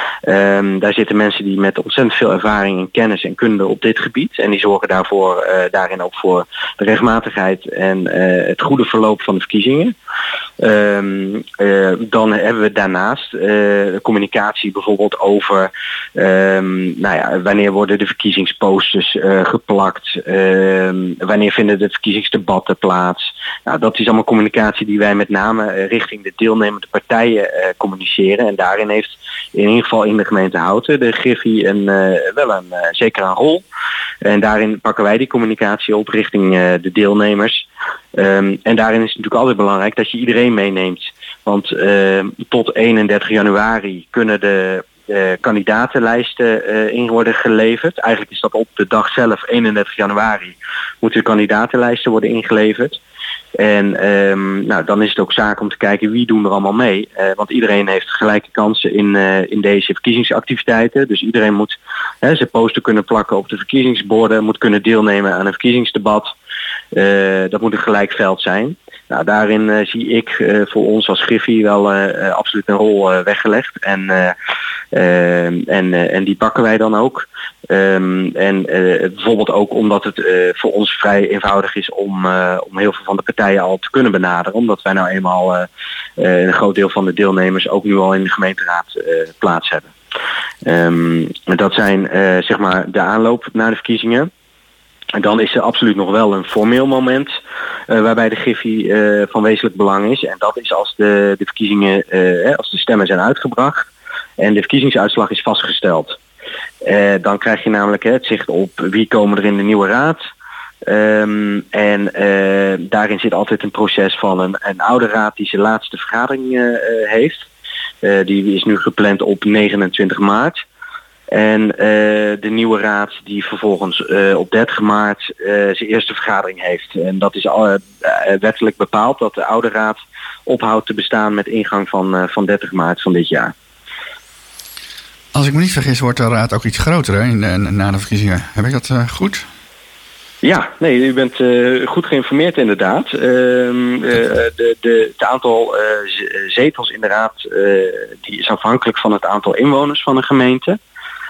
Um, daar zitten mensen die met ontzettend veel ervaring en kennis en kunde op dit gebied. En die zorgen daarvoor, uh, daarin ook voor de rechtmatigheid en uh, het goede verloop van de verkiezingen. Um, uh, dan hebben we daarnaast uh, communicatie bijvoorbeeld over um, nou ja, wanneer worden de verkiezingsposters uh, geplakt. Um, wanneer vinden de verkiezingsdebatten plaats. Nou, dat is allemaal communicatie die wij met name uh, richting de deelnemende partijen uh, communiceren. En daarin heeft in ieder geval in de gemeente Houten de Griffie een, uh, wel een, uh, zeker een rol. En daarin pakken wij die communicatie op richting uh, de deelnemers. Um, en daarin is het natuurlijk altijd belangrijk dat je iedereen meeneemt. Want uh, tot eenendertig januari kunnen de uh, kandidatenlijsten uh, in worden geleverd. Eigenlijk is dat op de dag zelf, eenendertig januari, moeten de kandidatenlijsten worden ingeleverd. En um, nou, dan is het ook zaak om te kijken wie doen er allemaal mee. Uh, want iedereen heeft gelijke kansen in, uh, in deze verkiezingsactiviteiten. Dus iedereen moet uh, zijn poster kunnen plakken op de verkiezingsborden. Moet kunnen deelnemen aan een verkiezingsdebat. Uh, dat moet een gelijk veld zijn. Nou, daarin uh, zie ik uh, voor ons als Griffie wel uh, uh, absoluut een rol uh, weggelegd. En, uh, uh, en, uh, en die pakken wij dan ook. Um, en uh, bijvoorbeeld ook omdat het uh, voor ons vrij eenvoudig is om, uh, om heel veel van de partijen al te kunnen benaderen. Omdat wij nou eenmaal uh, uh, een groot deel van de deelnemers ook nu al in de gemeenteraad uh, plaats hebben. Um, dat zijn uh, zeg maar de aanloop naar de verkiezingen. En dan is er absoluut nog wel een formeel moment uh, waarbij de Griffie uh, van wezenlijk belang is. En dat is als de, de verkiezingen, uh, als de stemmen zijn uitgebracht en de verkiezingsuitslag is vastgesteld. Uh, dan krijg je namelijk uh, het zicht op wie komen er in de nieuwe raad. Um, en uh, daarin zit altijd een proces van een, een oude raad die zijn laatste vergadering uh, heeft. Uh, die is nu gepland op negenentwintig maart. En uh, de nieuwe raad die vervolgens uh, op dertig maart uh, zijn eerste vergadering heeft. En dat is al uh, wettelijk bepaald dat de oude raad ophoudt te bestaan met ingang van, uh, van dertig maart van dit jaar. Als ik me niet vergis wordt de raad ook iets groter hè, in de, na de verkiezingen. Heb ik dat uh, goed? Ja, nee, u bent uh, goed geïnformeerd inderdaad. Uh, uh, de, de, het aantal uh, zetels in de raad uh, die is afhankelijk van het aantal inwoners van een gemeente.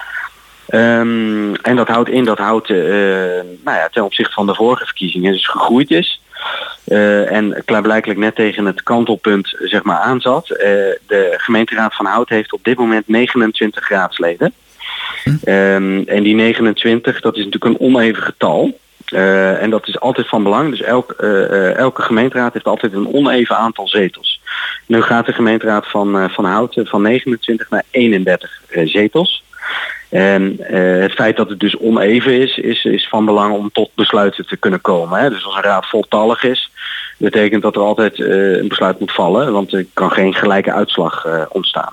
Um, en dat houdt in dat Houten uh, nou ja, ten opzichte van de vorige verkiezingen dus gegroeid is. Uh, en klaarblijkelijk net tegen het kantelpunt zeg maar aanzat. Uh, de gemeenteraad van Houten heeft op dit moment negenentwintig raadsleden. Hm. Um, en die negenentwintig, dat is natuurlijk een oneven getal. Uh, en dat is altijd van belang. Dus elk, uh, elke gemeenteraad heeft altijd een oneven aantal zetels. Nu gaat de gemeenteraad van, uh, van Houten van negenentwintig naar eenendertig uh, zetels. En uh, het feit dat het dus oneven is, is, is van belang om tot besluiten te kunnen komen. Hè. Dus als een raad voltallig is, betekent dat er altijd uh, een besluit moet vallen. Want er kan geen gelijke uitslag uh, ontstaan.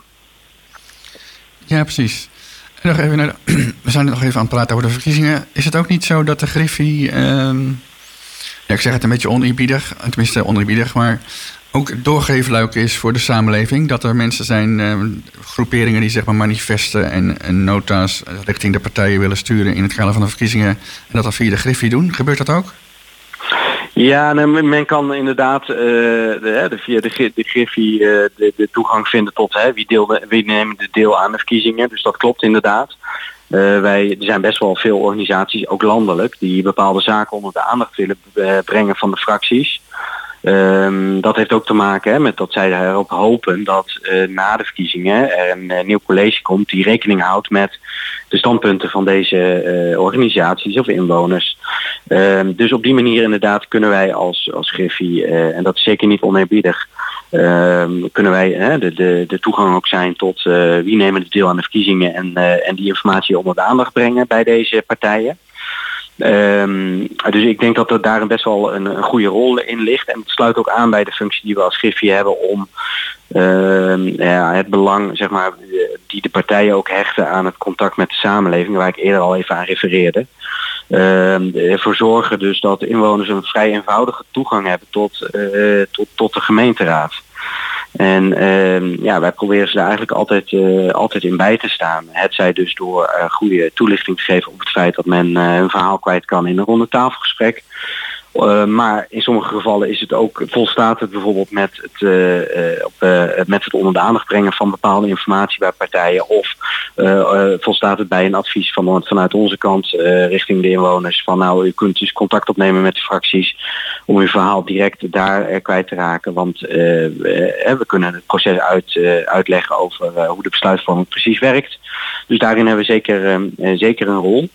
Ja, precies. En nog even naar de, we zijn nog even aan het praten over de verkiezingen. Is het ook niet zo dat de Griffie, um, ja, ik zeg het een beetje oneerbiedig, tenminste oneerbiedig, maar ook doorgeefluik is voor de samenleving? Dat er mensen zijn, uh, groeperingen die zeg maar manifesten en, en nota's richting de partijen willen sturen in het kader van de verkiezingen en dat dat via de Griffie doen? Gebeurt dat ook? Ja, nou, men kan inderdaad uh, de, de, via de, de Griffie uh, de, de toegang vinden tot hè, wie, deelde, wie neemt de deel aan de verkiezingen. Dus dat klopt inderdaad. Uh, wij, er zijn best wel veel organisaties, ook landelijk, die bepaalde zaken onder de aandacht willen uh, brengen van de fracties. Um, dat heeft ook te maken hè, met dat zij erop hopen dat uh, na de verkiezingen er een uh, nieuw college komt die rekening houdt met de standpunten van deze uh, organisaties of inwoners. Um, dus op die manier inderdaad kunnen wij als, als Griffie, uh, en dat is zeker niet oneerbiedig, um, kunnen wij uh, de, de, de toegang ook zijn tot uh, wie nemen de deel aan de verkiezingen en, uh, en die informatie onder de aandacht brengen bij deze partijen. Um, dus ik denk dat er daar best wel een, een goede rol in ligt. En het sluit ook aan bij de functie die we als Griffie hebben om uh, ja, het belang, zeg maar, die de partijen ook hechten aan het contact met de samenleving, waar ik eerder al even aan refereerde. Uh, ervoor zorgen dus dat inwoners een vrij eenvoudige toegang hebben tot, uh, tot, tot de gemeenteraad. En uh, ja, wij proberen ze daar eigenlijk altijd, uh, altijd in bij te staan. Hetzij dus door uh, goede toelichting te geven op het feit dat men uh, hun verhaal kwijt kan in een ronde tafelgesprek. Uh, maar in sommige gevallen is het ook, volstaat het bijvoorbeeld met het, uh, uh, op, uh, met het onder de aandacht brengen van bepaalde informatie bij partijen. Of uh, uh, volstaat het bij een advies van, vanuit onze kant uh, richting de inwoners. Van nou, u kunt dus contact opnemen met de fracties om uw verhaal direct daar uh, kwijt te raken. Want uh, we, uh, we kunnen het proces uit, uh, uitleggen over uh, hoe de besluitvorming precies werkt. Dus daarin hebben we zeker, uh, zeker een rol.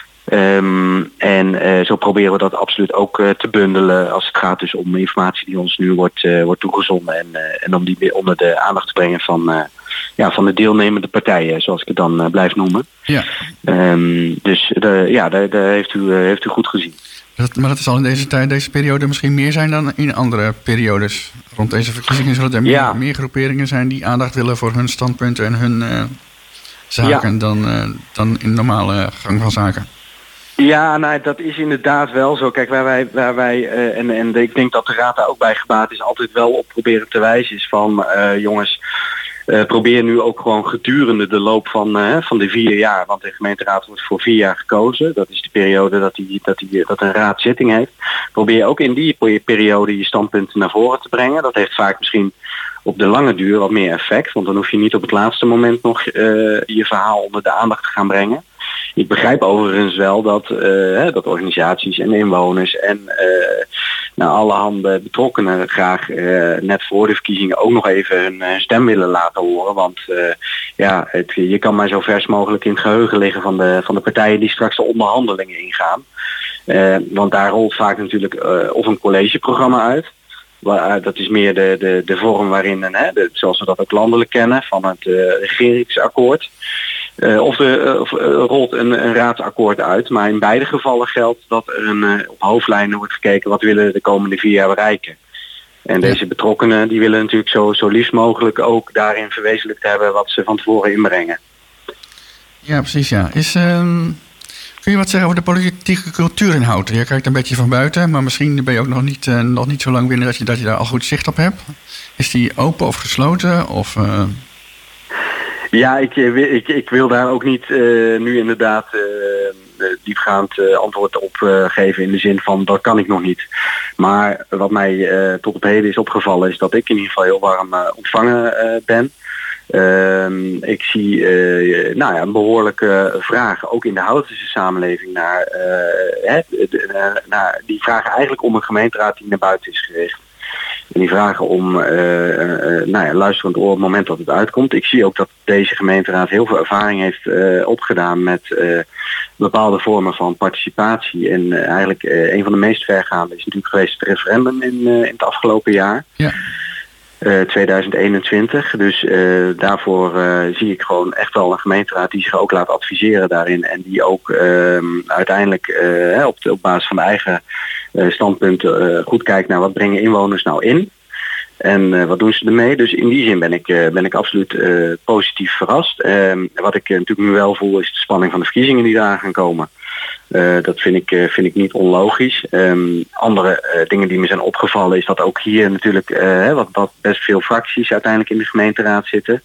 Um, en uh, zo proberen we dat absoluut ook uh, te bundelen als het gaat dus om informatie die ons nu wordt, uh, wordt toegezonden. En, uh, en om die weer onder de aandacht te brengen van, uh, ja, van de deelnemende partijen, zoals ik het dan uh, blijf noemen. Ja. Um, dus de, ja, daar, daar heeft, u, uh, heeft u goed gezien. Dat, maar dat zal in deze tijd, deze periode misschien meer zijn dan in andere periodes. Rond deze verkiezingen zullen er meer, ja. meer groeperingen zijn die aandacht willen voor hun standpunten en hun uh, zaken ja. dan, uh, dan in normale gang van zaken. Ja, nou, dat is inderdaad wel zo. Kijk, waar wij, waar wij uh, en, en ik denk dat de Raad daar ook bij gebaat is, altijd wel op proberen te wijzen is van uh, jongens, uh, probeer nu ook gewoon gedurende de loop van, uh, van de vier jaar, want de gemeenteraad wordt voor vier jaar gekozen. Dat is de periode dat, die, dat, die, dat een raad zitting heeft. Probeer ook in die periode je standpunten naar voren te brengen. Dat heeft vaak misschien op de lange duur wat meer effect, want dan hoef je niet op het laatste moment nog uh, je verhaal onder de aandacht te gaan brengen. Ik begrijp overigens wel dat, uh, dat organisaties en inwoners en uh, nou, allerhande betrokkenen graag uh, net voor de verkiezingen ook nog even hun uh, stem willen laten horen. Want uh, ja, het, je kan maar zo vers mogelijk in het geheugen liggen van de, van de partijen die straks de onderhandelingen ingaan. Uh, want daar rolt vaak natuurlijk uh, of een collegeprogramma uit. Dat is meer de, de, de vorm waarin, hè, de, zoals we dat ook landelijk kennen, van het uh, regeringsakkoord. Uh, of er uh, of, uh, rolt een, een raadsakkoord uit. Maar in beide gevallen geldt dat er een, uh, op hoofdlijnen wordt gekeken wat willen we de komende vier jaar bereiken. En deze betrokkenen die willen natuurlijk zo, zo liefst mogelijk ook daarin verwezenlijkt hebben wat ze van tevoren inbrengen. Ja, precies. Ja. Is, um, kun je wat zeggen over de politieke cultuur in Houten? Je kijkt een beetje van buiten, maar misschien ben je ook nog niet, uh, nog niet zo lang binnen dat je, dat je daar al goed zicht op hebt. Is die open of gesloten? Of... Uh... Ja, ik, ik, ik wil daar ook niet uh, nu inderdaad uh, diepgaand uh, antwoord op uh, geven in de zin van dat kan ik nog niet. Maar wat mij uh, tot op heden is opgevallen is dat ik in ieder geval heel warm uh, ontvangen uh, ben. Uh, ik zie uh, nou ja, een behoorlijke vraag, ook in de Houtense samenleving, naar, uh, hè, de, de, naar die vragen eigenlijk om een gemeenteraad die naar buiten is gericht. En die vragen om uh, uh, nou ja, luisterend oor op het moment dat het uitkomt. Ik zie ook dat deze gemeenteraad heel veel ervaring heeft uh, opgedaan met uh, bepaalde vormen van participatie. En uh, eigenlijk uh, een van de meest vergaande is natuurlijk geweest het referendum in, uh, in het afgelopen jaar. Ja. Uh, tweeduizend eenentwintig. Dus uh, daarvoor uh, zie ik gewoon echt wel een gemeenteraad die zich ook laat adviseren daarin. En die ook uh, uiteindelijk uh, op, de, op basis van de eigen uh, standpunten uh, goed kijkt naar wat brengen inwoners nou in. En uh, wat doen ze ermee. Dus in die zin ben ik, uh, ben ik absoluut uh, positief verrast. Uh, wat ik uh, natuurlijk nu wel voel is de spanning van de verkiezingen die daar gaan komen. Uh, dat vind ik, uh, vind ik niet onlogisch. Um, andere uh, dingen die me zijn opgevallen is dat ook hier natuurlijk uh, wat, wat best veel fracties uiteindelijk in de gemeenteraad zitten.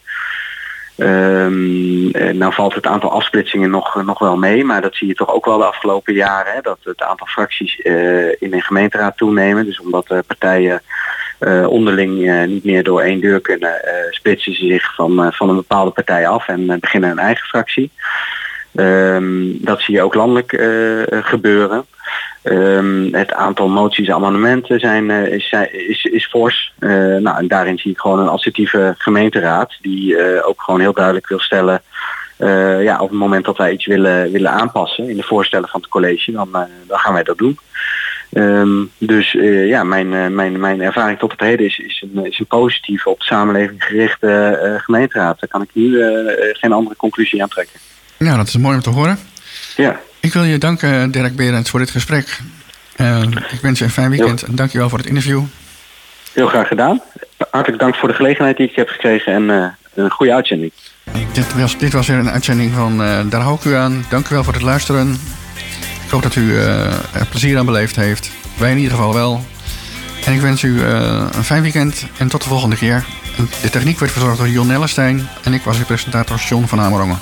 Um, uh, nou valt het aantal afsplitsingen nog, nog wel mee, maar dat zie je toch ook wel de afgelopen jaren. Hè, dat het aantal fracties uh, in een gemeenteraad toenemen. Dus omdat uh, partijen uh, onderling uh, niet meer door één deur kunnen, uh, splitsen ze zich van, uh, van een bepaalde partij af en uh, beginnen een eigen fractie. Um, dat zie je ook landelijk uh, gebeuren. Um, het aantal moties en amendementen zijn, uh, is, is, is fors. Uh, nou, en daarin zie ik gewoon een assertieve gemeenteraad die uh, ook gewoon heel duidelijk wil stellen. Uh, ja, op het moment dat wij iets willen, willen aanpassen in de voorstellen van het college, dan, uh, dan gaan wij dat doen. Um, dus uh, ja, mijn, uh, mijn, mijn ervaring tot op heden is, is, een, is een positieve, op de samenleving gerichte uh, gemeenteraad. Daar kan ik nu uh, geen andere conclusie aan trekken. Ja, dat is mooi om te horen. Ja. Ik wil je danken, Dirk Berends, voor dit gesprek. Uh, ik wens je een fijn weekend en dank je wel voor het interview. Heel graag gedaan. Hartelijk dank voor de gelegenheid die ik heb gekregen en uh, een goede uitzending. Dit was, dit was weer een uitzending van uh, Daar hou ik u aan. Dank u wel voor het luisteren. Ik hoop dat u uh, er plezier aan beleefd heeft. Wij in ieder geval wel. En ik wens u uh, een fijn weekend en tot de volgende keer. De techniek werd verzorgd door Jon Nellestein en ik was uw presentator John van Amerongen.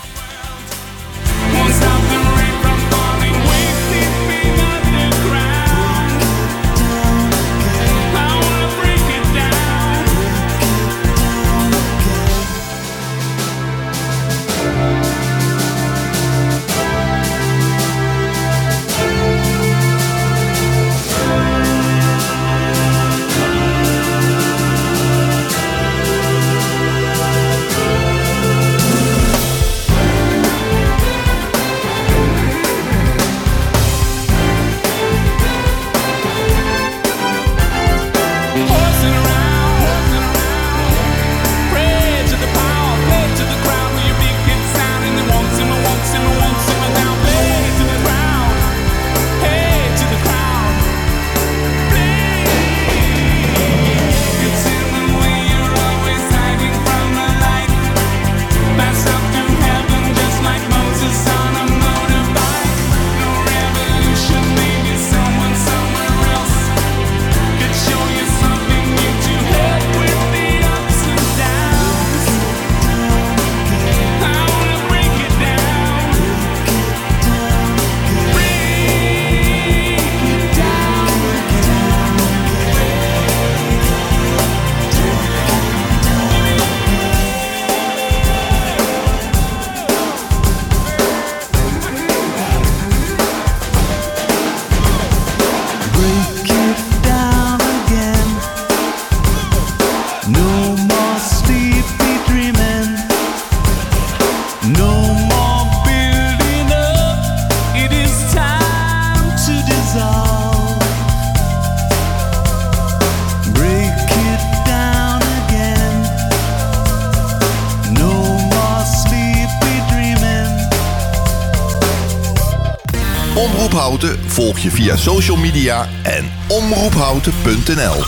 Omroep Houten volg je via social media en omroephouten punt n l.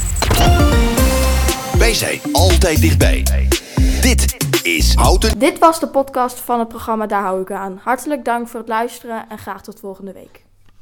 Wij zijn altijd dichtbij. Dit is Houten. Dit was de podcast van het programma Daar hou ik u aan. Hartelijk dank voor het luisteren en graag tot volgende week.